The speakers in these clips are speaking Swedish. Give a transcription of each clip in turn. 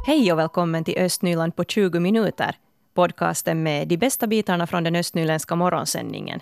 Hej och välkommen till Östnyland på 20 minuter. Podcasten med de bästa bitarna från den östnyländska morgonsändningen.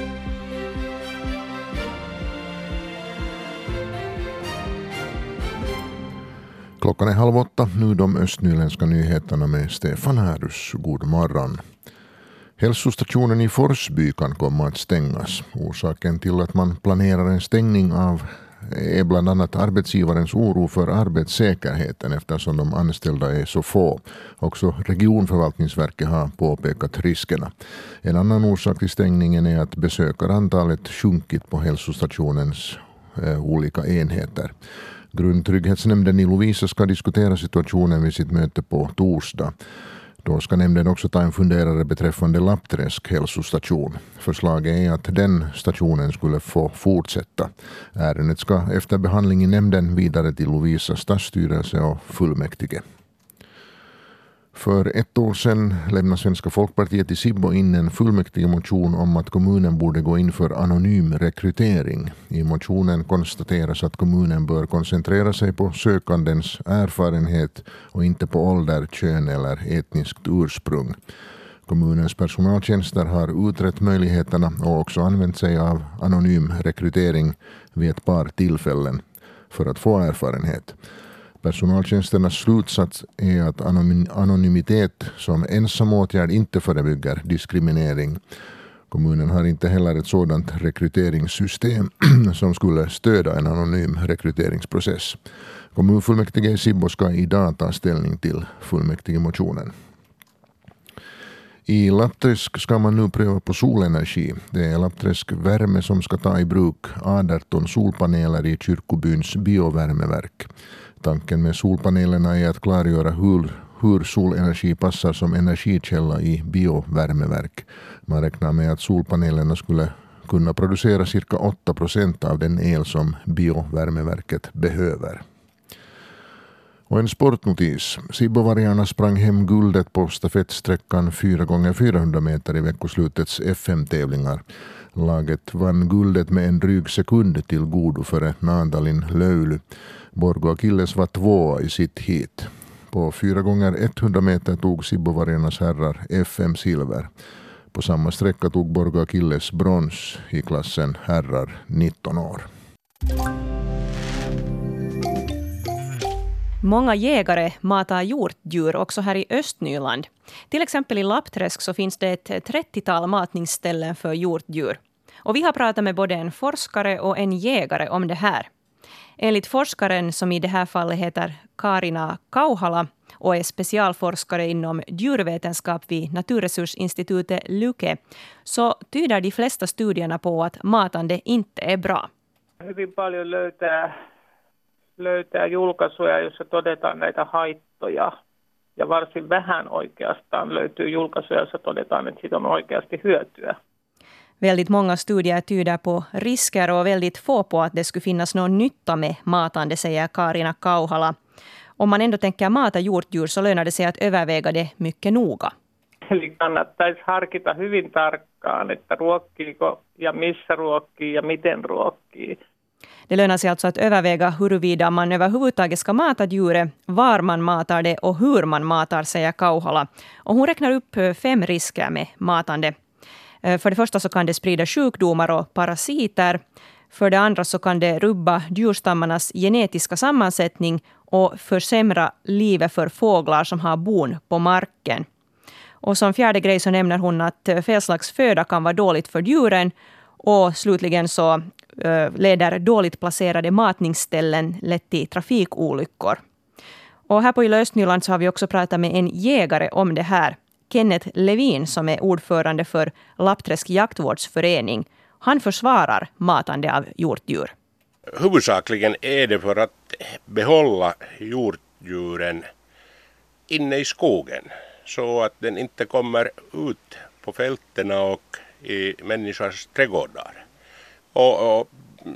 Klockan är 7:30, nu de östnyländska nyheterna med Stefan Härus. God morgon. Hälsostationen i Forsby kan komma att stängas. Orsaken till att man planerar en stängning är bland annat arbetsgivarens oro för arbetssäkerheten eftersom de anställda är så få. Också regionförvaltningsverket har påpekat riskerna. En annan orsak till stängningen är att besökarantalet sjunkit på hälsostationens olika enheter. Grundtrygghetsnämnden i Lovisa ska diskutera situationen vid sitt möte på torsdag. Då ska nämnden också ta en funderare beträffande Lappträsk hälsostation. Förslaget är att den stationen skulle få fortsätta. Ärendet ska efter behandling i nämnden vidare till Lovisa stadsstyrelse och fullmäktige. För ett år sedan lämnade Svenska Folkpartiet i Sibbo in en fullmäktigemotion om att kommunen borde gå in för anonym rekrytering. I motionen konstateras att kommunen bör koncentrera sig på sökandens erfarenhet och inte på ålder, kön eller etniskt ursprung. Kommunens personaltjänster har utrett möjligheterna och också använt sig av anonym rekrytering vid ett par tillfällen för att få erfarenhet. Personaltjänsternas slutsats är att anonymitet som ensam åtgärd inte förebygger diskriminering. Kommunen har inte heller ett sådant rekryteringssystem som skulle stödja en anonym rekryteringsprocess. Kommunfullmäktige i Sibbo ska idag ta ställning till fullmäktigemotionen. I Lappträsk ska man nu pröva på solenergi. Det är Lappträsk Värme som ska ta i bruk 18 solpaneler i kyrkobyns biovärmeverk. Tanken med solpanelerna är att klargöra hur solenergi passar som energikälla i biovärmeverk. Man räknar med att solpanelerna skulle kunna producera cirka 8% av den el som biovärmeverket behöver. Och en sportnotis. Sibbovargarna sprang hem guldet på stafettsträckan 4x400 meter i veckoslutets FM-tävlingar. Laget vann guldet med en dryg sekund till godo före Naandalin Löyly. Borgo Akilles var tvåa i sitt hit. På 4x100 meter tog Sibbovargarnas herrar FM-silver. På samma sträcka tog Borgo Akilles brons i klassen herrar 19 år. Många jägare matar hjortdjur också här i Östnyland. Till exempel i Lappträsk så finns det ett 30-tal matningsställen för hjortdjur. Och vi har pratat med både en forskare och en jägare om det här. Enligt forskaren, som i det här fallet heter Kaarina Kauhala och är specialforskare inom djurvetenskap vid Naturresursinstitutet Luke, så tyder de flesta studierna på att matande inte är bra. Hyvin paljon löytää julkaisuja, joissa todetaan näitä haittoja. Ja varsin vähän oikeastaan löytyy julkaisuja, joissa todetaan, että siitä on oikeasti hyötyä. Väldigt många studier tyder på risker och väldigt få på att det skulle finnas någon nytta med matande, säger Kaarina Kauhala. Om man ändå tänker mata hjortdjur så lönar det sig att överväga det mycket noga. Eli kannattaisi harkita hyvin tarkkaan, että ruokkiiko ja missä ruokkii ja miten ruokkii. Det lönar sig alltså att överväga huruvida man överhuvudtaget ska mata djuret, var man matar det och hur man matar, säger Kauhala. Och hon räknar upp 5 risker med matande. För det första så kan det sprida sjukdomar och parasiter. För det andra så kan det rubba djurstammarnas genetiska sammansättning och försämra livet för fåglar som har bon på marken. Och som fjärde grej så nämner hon att fel slags föda kan vara dåligt för djuren. Och slutligen så leder dåligt placerade matningsställen lätt till trafikolyckor. Och här på Östnyland så har vi också pratat med en jägare om det här. Kenneth Levin, som är ordförande för Lappträsk jaktvårdsförening. Han försvarar matande av hjortdjur. Huvudsakligen är det för att behålla hjortdjuren inne i skogen. Så att den inte kommer ut på fälterna och i människors trädgårdar. Och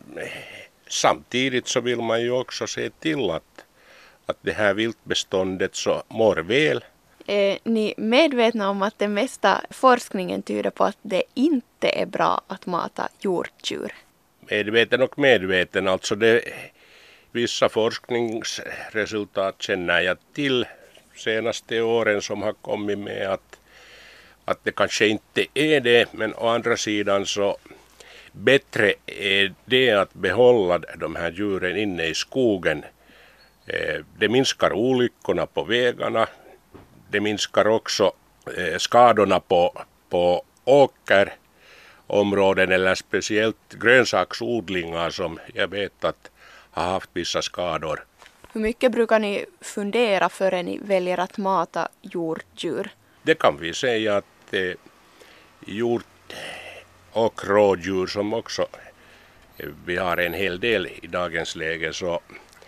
samtidigt så vill man ju också se till att det här viltbeståndet så mår väl. Är ni medvetna om att det mesta forskningen tyder på att det inte är bra att mata hjortdjur? Medveten. Alltså vissa forskningsresultat känner jag till senaste åren som har kommit med att det kanske inte är det, men å andra sidan så bättre är det att behålla de här djuren inne i skogen. Det minskar olyckorna på vägarna, det minskar också skadorna på åkerområden eller speciellt grönsaksodlingar som jag vet att har haft vissa skador. Hur mycket brukar ni fundera före ni väljer att mata hjortdjur? Det kan vi säga att hjort och rådjur som också vi har en hel del i dagens läge så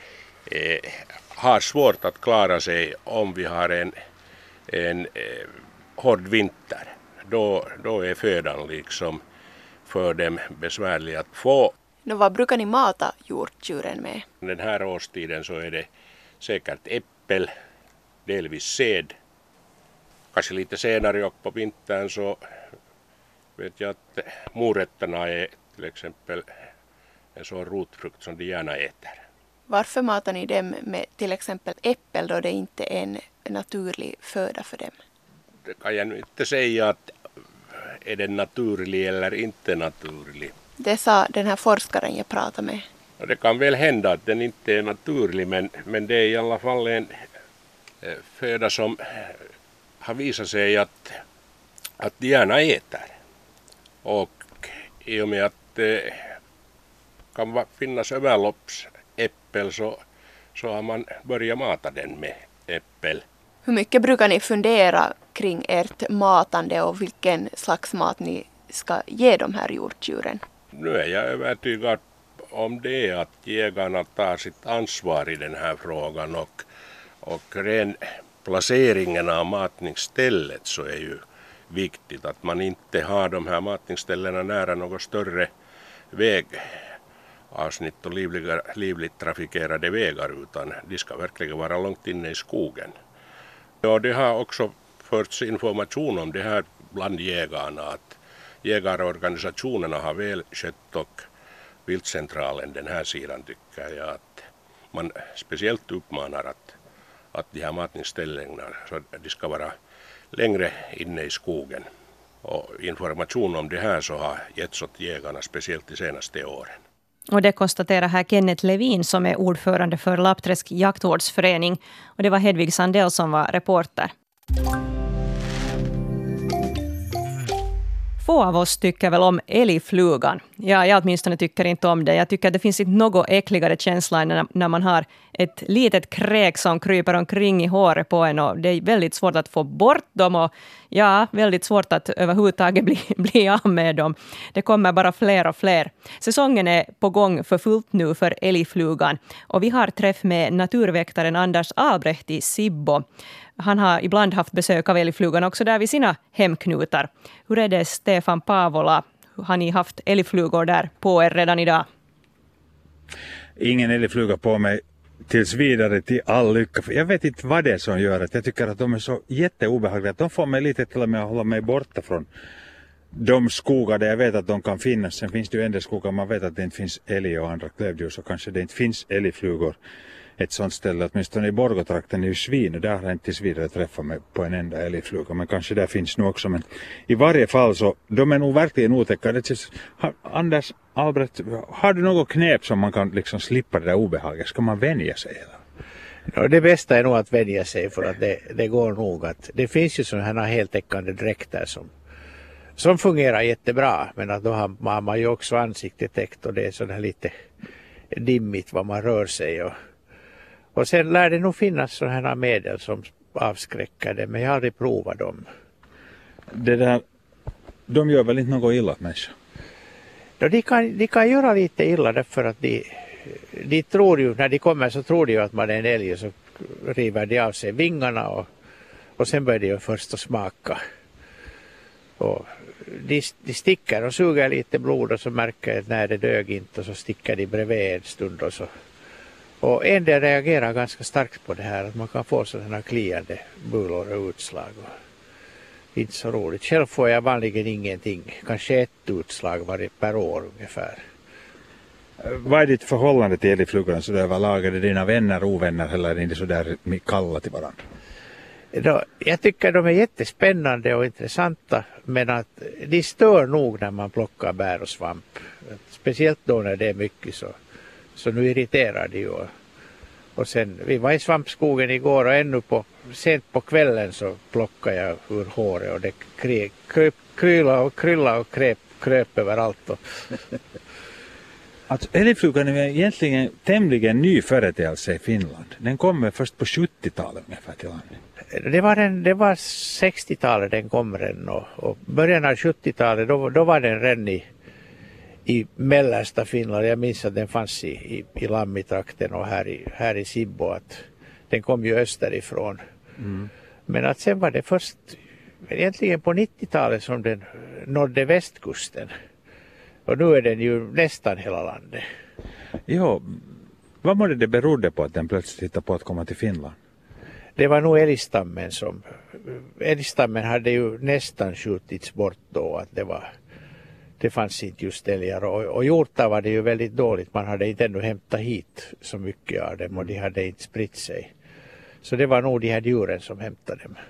har svårt att klara sig om vi har en hård vinter. Då är födan liksom för dem besvärlig att få. Vad brukar ni mata hjortdjuren med? Den här årstiden så är det säkert äppel, delvis säd. Kanske lite senare och på vintern så vet jag att morötterna är till exempel en sån rotfrukt som de gärna äter. Varför matar ni dem med till exempel äppel då det inte är en naturlig föda för dem? Det kan jag nu inte säga att är den naturlig eller inte naturlig. Det sa den här forskaren jag pratade med. Och det kan väl hända att den inte är naturlig men det är i alla fall en föda som har visat sig att de gärna äter. Och i och med att det kan finnas överloppsäppel så har man börjat mata den med äppel. Hur mycket brukar ni fundera kring ert matande och vilken slags mat ni ska ge de här hjortdjuren? Nu är jag övertygad om det att jägarna tar sitt ansvar i den här frågan och ren placeringen av matningsstället så är ju viktigt att man inte har de här matningsställena nära något större vägavsnitt och livligt trafikerade vägar utan de ska verkligen vara långt inne i skogen. Och det har också förts information om det här bland jägarna att jägarorganisationerna har väl skött och viltcentralen den här sidan tycker jag att man speciellt uppmanar att de här matningsställena så de ska vara längre inne i skogen. Och information om det här så har getts åt jägarna speciellt de senaste åren. Och det konstaterar här Kenneth Levin som är ordförande för Lappträsk jaktvårdsförening. Och det var Hedvig Sandell som var reporter. Få av oss tycker väl om älgflugan. Ja, jag åtminstone tycker inte om det. Jag tycker att det finns inte något äckligare känsla när man har ett litet kräk som kryper omkring i håret på en. Och det är väldigt svårt att få bort dem och ja, väldigt svårt att överhuvudtaget bli av med dem. Det kommer bara fler och fler. Säsongen är på gång för fullt nu för älgflugan. Och vi har träff med naturväktaren Anders Albrecht i Sibbo. Han har ibland haft besök av älgflugan också där vid sina hemknutar. Hur är det, Stefan Pavola? Har ni haft älgflugor där på er redan idag? Ingen älgfluga på mig tills vidare till all lycka. Jag vet inte vad det är som gör att jag tycker att de är så jätteobehagliga. De får mig lite till och med att hålla mig borta från de skogar där jag vet att de kan finnas. Sen finns det ju en del skogar man vet att det inte finns älg och andra klövdjur så kanske det inte finns älgflugor. Ett sånt ställe, åtminstone i Borgotrakten är ju svin och där har jag inte tills vidare träffat mig på en enda älgfluga. Men kanske där finns nu också. Men i varje fall så, de är nog verkligen otäcka. Anders Albrecht, har du något knep som man kan liksom slippa det där obehaget? Ska man vänja sig? Ja, det bästa är nog att vänja sig för att det går nog att, det finns ju sådana här heltäckande dräkter som fungerar jättebra. Men att då har man ju också ansiktet täckt och det är sådär lite dimmigt vad man rör sig och sen lär det nog finnas sådana här medel som avskräcker det, men jag har aldrig provat dem. De gör väl inte något illa människor? Ja, de kan göra lite illa därför att de tror ju, när de kommer så tror de ju att man är en älg och så river de av sig vingarna och sen börjar de ju först att smaka. Och de sticker och suger lite blod och så märker att när det dög inte och så sticker de bredvid en stund och så. Och en del reagerar ganska starkt på det här att man kan få sådana kliande bulor och utslag. Och inte så roligt. Själv får jag vanligen ingenting. Kanske ett utslag per år ungefär. Vad är ditt förhållande till älgflugan så överlag? Är det dina vänner, ovänner eller är det sådär kalla till varandra? Jag tycker de är jättespännande och intressanta, men att de stör nog när man plockar bär och svamp. Speciellt då när det är mycket så nu irriterar de ju. Och sen, vi var i svampskogen igår och ännu sent på kvällen så plockade jag ur håret och det kryllade och kröp överallt. Alltså, älgflugan är egentligen tämligen ny företeelse i Finland. Den kommer först på 70-talet ungefär till landet. Det var 60-talet den kom redan och början av 70-talet då var den redan i mellersta Finland. Jag minns att den fanns i Lammitrakten och här i Sibbo. Att den kom ju österifrån. Mm. Men att sen var det först egentligen på 90-talet som den nådde västkusten. Och nu är den ju nästan hela landet. Jo, vad var det berodde på att den plötsligt hittade på att komma till Finland? Det var nog älgstammen hade ju nästan skjutits bort då. Att det fanns inte just älgar och hjortar var det ju väldigt dåligt. Man hade inte ännu hämtat hit så mycket av dem och de hade inte spritt sig. Så det var nog de här djuren som hämtade dem.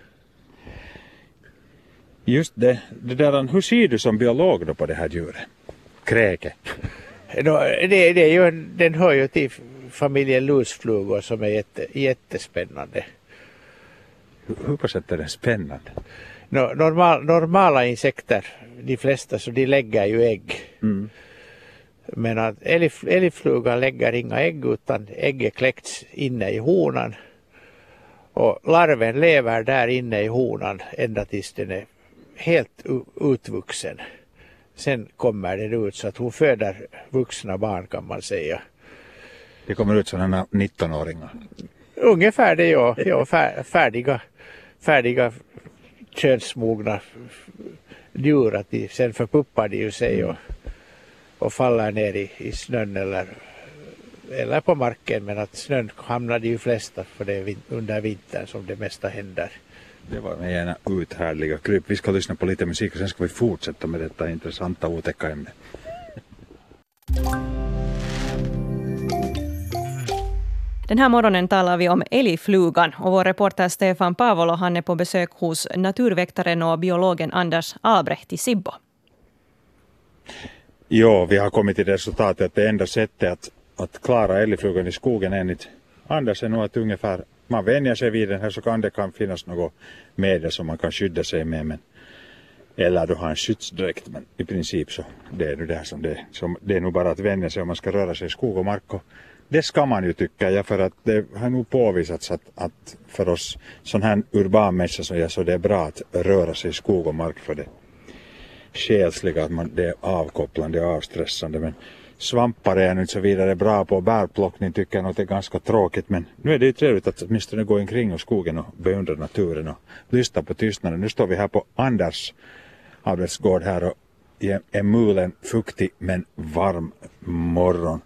Just det där, hur ser du som biolog då på det här djuret? Kräke? Det är ju, den hör ju till familjen lusflugor som är jättespännande. Hur på sätt är den spännande? Normala insekter, de flesta, så de lägger ju ägg. Mm. Men att älgflugan lägger inga ägg utan ägget kläcks inne i honan. Och larven lever där inne i honan ända tills den är helt utvuxen. Sen kommer den ut så att hon föder vuxna barn kan man säga. Det kommer ut sådana 19-åringar? Ungefär det, ja. Färdiga könsmogna djur. Att sen förpuppar de ju sig och faller ner i snön eller på marken. Men att snön hamnar de ju flesta för det är under vintern som det mesta händer. Det var med ena uthärdliga kryp. Vi ska lyssna på lite musik och sen ska vi fortsätta med detta intressanta otäcka ämne. Den här morgonen talar vi om älgflugan och vår reporter Stefan Pavolo han är på besök hos naturväktaren och biologen Anders Albrecht i Sibbo. Ja, vi har kommit till resultatet att det enda sättet att klara älgflugan i skogen enligt Anders är nog att ungefär man vänjer sig vid den här så kan det finnas något medel som man kan skydda sig med. Eller du har en skyddsdräkt, men i princip så det är nu det som det är. Så det är nog bara att vänja sig om man ska röra sig i skog och mark. Och det ska man ju tycka, för att det har nog påvisats att för oss sån här urban människa som jag så det är bra att röra sig i skog och mark för det själsliga, att det är avkopplande och avstressande. Men svampar är nu inte så vidare bra på, bärplockning tycker jag nog är ganska tråkigt, men nu är det ju trevligt att åtminstone gå omkring i skogen och beundra naturen och lyssna på tystnaden. Nu står vi här på Anders arbetsgård här och är mulen fuktig men varm morgon.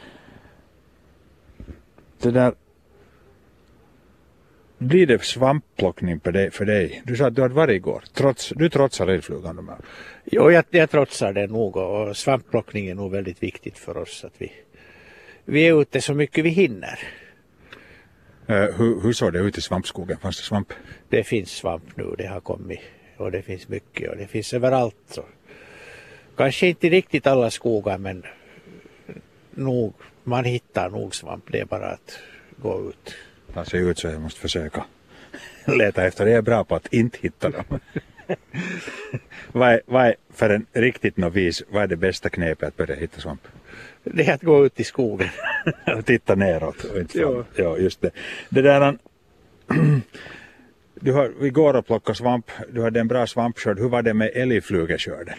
Det där, blir det svampplockning för dig? Du sa att du hade varit igår. Du trotsar älgflugan de här. Jo, jag trotsar det nog och svampplockning är nog väldigt viktigt för oss. Att vi är ute så mycket vi hinner. Hur såg det ut i svampskogen? Fanns det svamp? Det finns svamp nu, det har kommit. Och det finns mycket och det finns överallt. Så. Kanske inte riktigt alla skogar men nog, man hittar nog svamp. Det är bara att gå ut. Det ser ut så jag måste försöka leta efter det. Jag är bra på att inte hitta dem. Vad är för en riktigt novis, vad är det bästa knepet att börja hitta svamp? Det är att gå ut i skogen. Och titta neråt. Och inte fram. Ja, just det. Det där, vi går och plockar svamp, du hade en bra svampskörd. Hur var det med älgflugeskörden?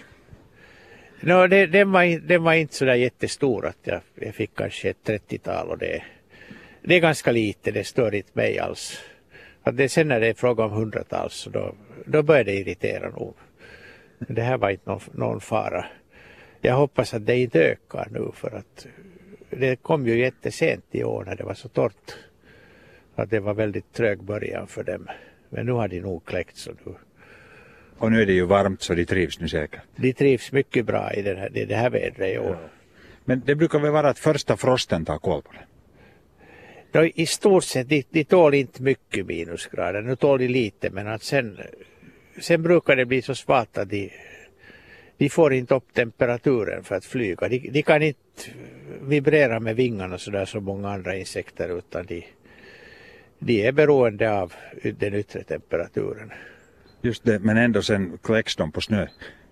Den var inte så där jättestor att jag fick kanske ett 30-tal och det är ganska lite, det stör inte mig alls. Att sen när det är fråga om 100-tals så då börjar det irritera nog. Det här var inte någon fara. Jag hoppas att det inte ökar nu för att det kom ju jättesent i år när det var så torrt. Att det var väldigt trög början för dem. Men nu har de nog kläckt så nu. Och nu är det ju varmt så de trivs nu säkert. De trivs mycket bra i det här vädret i år. Men det brukar väl vara att första frosten tar koll på det? I stort sett, de tål inte mycket minusgrader. Nu tål de lite, men att sen brukar det bli så svalt att de får inte upp temperaturen för att flyga. De kan inte vibrera med vingarna så där som många andra insekter, utan de är beroende av den yttre temperaturen. Just det, men ändå sen kläcks de på snö.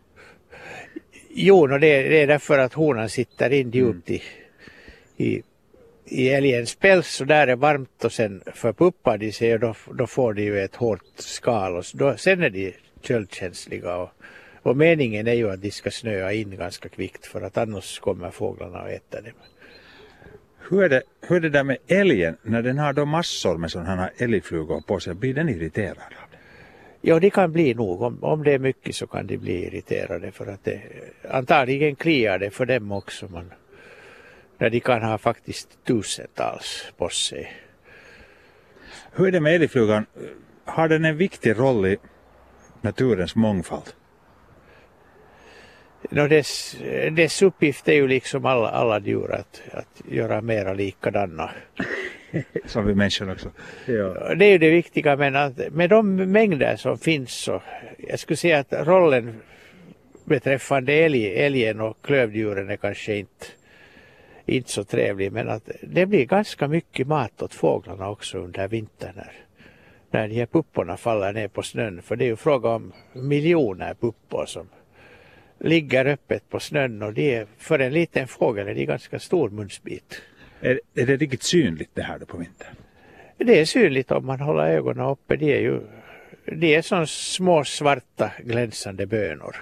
Jo, det är därför att honan sitter in djupt i älgens päls, och där är varmt, och sen förpuppar de sig, och då får de ju ett hårt skal, och sen är de köldkänsliga, och meningen är ju att de ska snöa in ganska kvickt, för att annars kommer fåglarna att äta dem. Hur är det där med älgen, när den har då massor med sådana här älgflugor på sig, blir den irriterad av det? Ja, det kan bli nog. Om det är mycket så kan de bli irriterade, för att det antagligen kliar det för dem också. När de kan ha faktiskt tusentals på sig. Hur är det med älgflugan? Har den en viktig roll i naturens mångfald? Dess uppgift är ju liksom alla djur att göra mera likadana. Som vi människor också. Ja. Det är ju det viktiga, men att med de mängder som finns, så jag skulle säga att rollen beträffande älgen och klövdjuren är kanske inte så trevlig, men att det blir ganska mycket mat åt fåglarna också under vintern när de här pupporna faller ner på snön, för det är ju fråga om miljoner puppor som ligger öppet på snön, och det är, för en liten fågel är det ganska stor munsbit. Är det riktigt synligt det här då på vintern? Det är synligt om man håller ögonen uppe. Det är som små svarta glänsande bönor.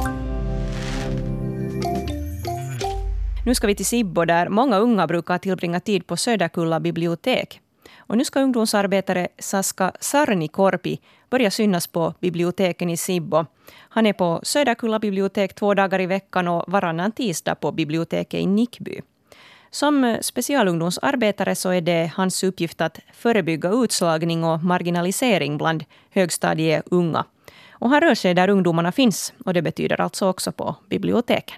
Nu ska vi till Sibbo, där många unga brukar tillbringa tid på Söderkulla bibliotek. Och nu ska ungdomsarbetare Saska Sarnikorpi börja synas på biblioteken i Sibbo. Han är på Söderkulla bibliotek 2 dagar i veckan och varannan tisdag på biblioteket i Nickby. Som specialungdomsarbetare så är det hans uppgift att förebygga utslagning och marginalisering bland högstadieunga. Och han rör sig där ungdomarna finns, och det betyder alltså också på biblioteken.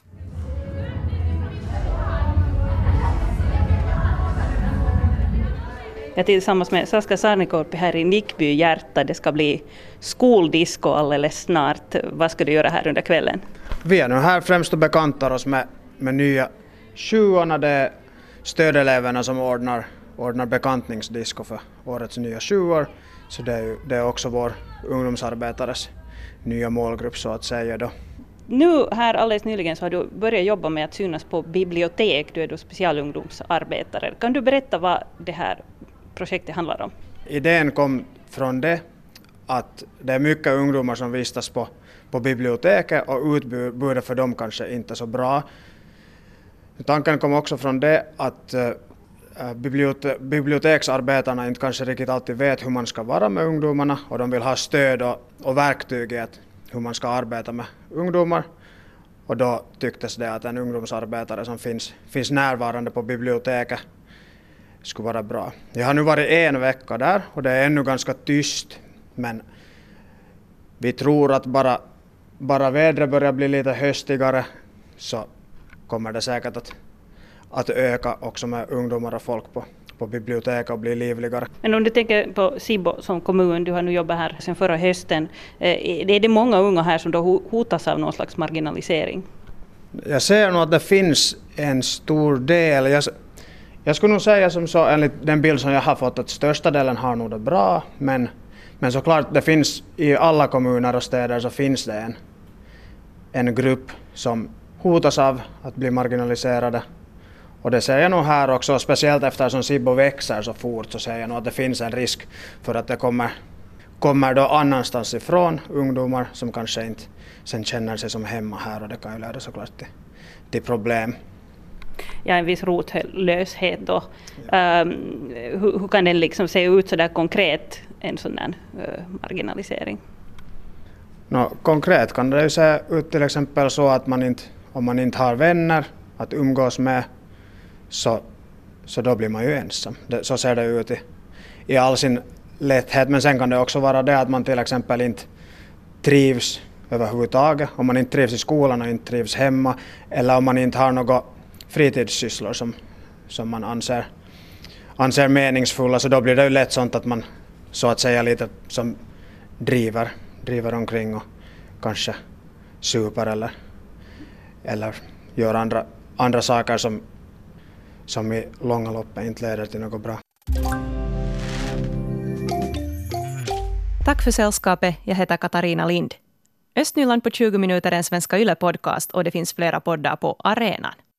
Jag är tillsammans med Saska Sarnikorpi här i Nickby hjärta. Det ska bli skoldisco alldeles snart. Vad ska du göra här under kvällen? Vi är nu här främst och bekantar oss med nya 7:orna. Det är stödeleverna som ordnar bekantningsdisco för årets nya 7-år. Så det är också vår ungdomsarbetares nya målgrupp så att säga då. Nu här alldeles nyligen så har du börjat jobba med att synas på bibliotek. Du är då specialungdomsarbetare. Kan du berätta vad det här projektet handlar om? Idén kom från det att det är mycket ungdomar som vistas på biblioteket och utbudet för dem kanske inte så bra. Tanken kom också från det att biblioteksarbetarna inte kanske riktigt alltid vet hur man ska vara med ungdomarna, och de vill ha stöd och verktyg i hur man ska arbeta med ungdomar. Och då tycktes det att en ungdomsarbetare som finns närvarande på biblioteket skulle vara bra. Jag har nu varit 1 vecka där och det är ännu ganska tyst, men vi tror att bara vädret börjar bli lite höstigare så kommer det säkert att öka också med ungdomar och folk på biblioteket och bli livligare. Men om du tänker på Sibbo som kommun, du har nu jobbat här sedan förra hösten. Är det många unga här som då hotas av någon slags marginalisering? Jag ser nog att det finns en stor del. Jag skulle nog säga som så, enligt den bild som jag har fått, att största delen har nog det bra, men såklart det finns i alla kommuner och städer så finns det en grupp som hotas av att bli marginaliserade. Och det ser jag nog här också, speciellt eftersom Sibbo växer så fort, så ser jag nog att det finns en risk för att det kommer då annanstans ifrån ungdomar som kanske inte sen känner sig som hemma här, och det kan ju leda såklart till problem. Ja, en viss rotlöshet då. Ja. Hur kan den liksom se ut så där konkret, en sån där marginalisering? Konkret kan det ju se ut till exempel så att om man inte har vänner att umgås med, så då blir man ju ensam. Så ser det ut i all sin lätthet. Men sen kan det också vara det att man till exempel inte trivs överhuvudtaget. Om man inte trivs i skolan och inte trivs hemma, eller om man inte har några fritidssysslor som man anser anser meningsfulla, så då blir det ju lätt sånt att man så att säga lite som driver omkring och kanske super eller gör andra saker som i långa loppet inte leder till något bra. Tack för sällskapet. Jag heter Katarina Lind. Östnyland på 20 minuter är en Svenska Yle podcast och det finns flera poddar på arenan.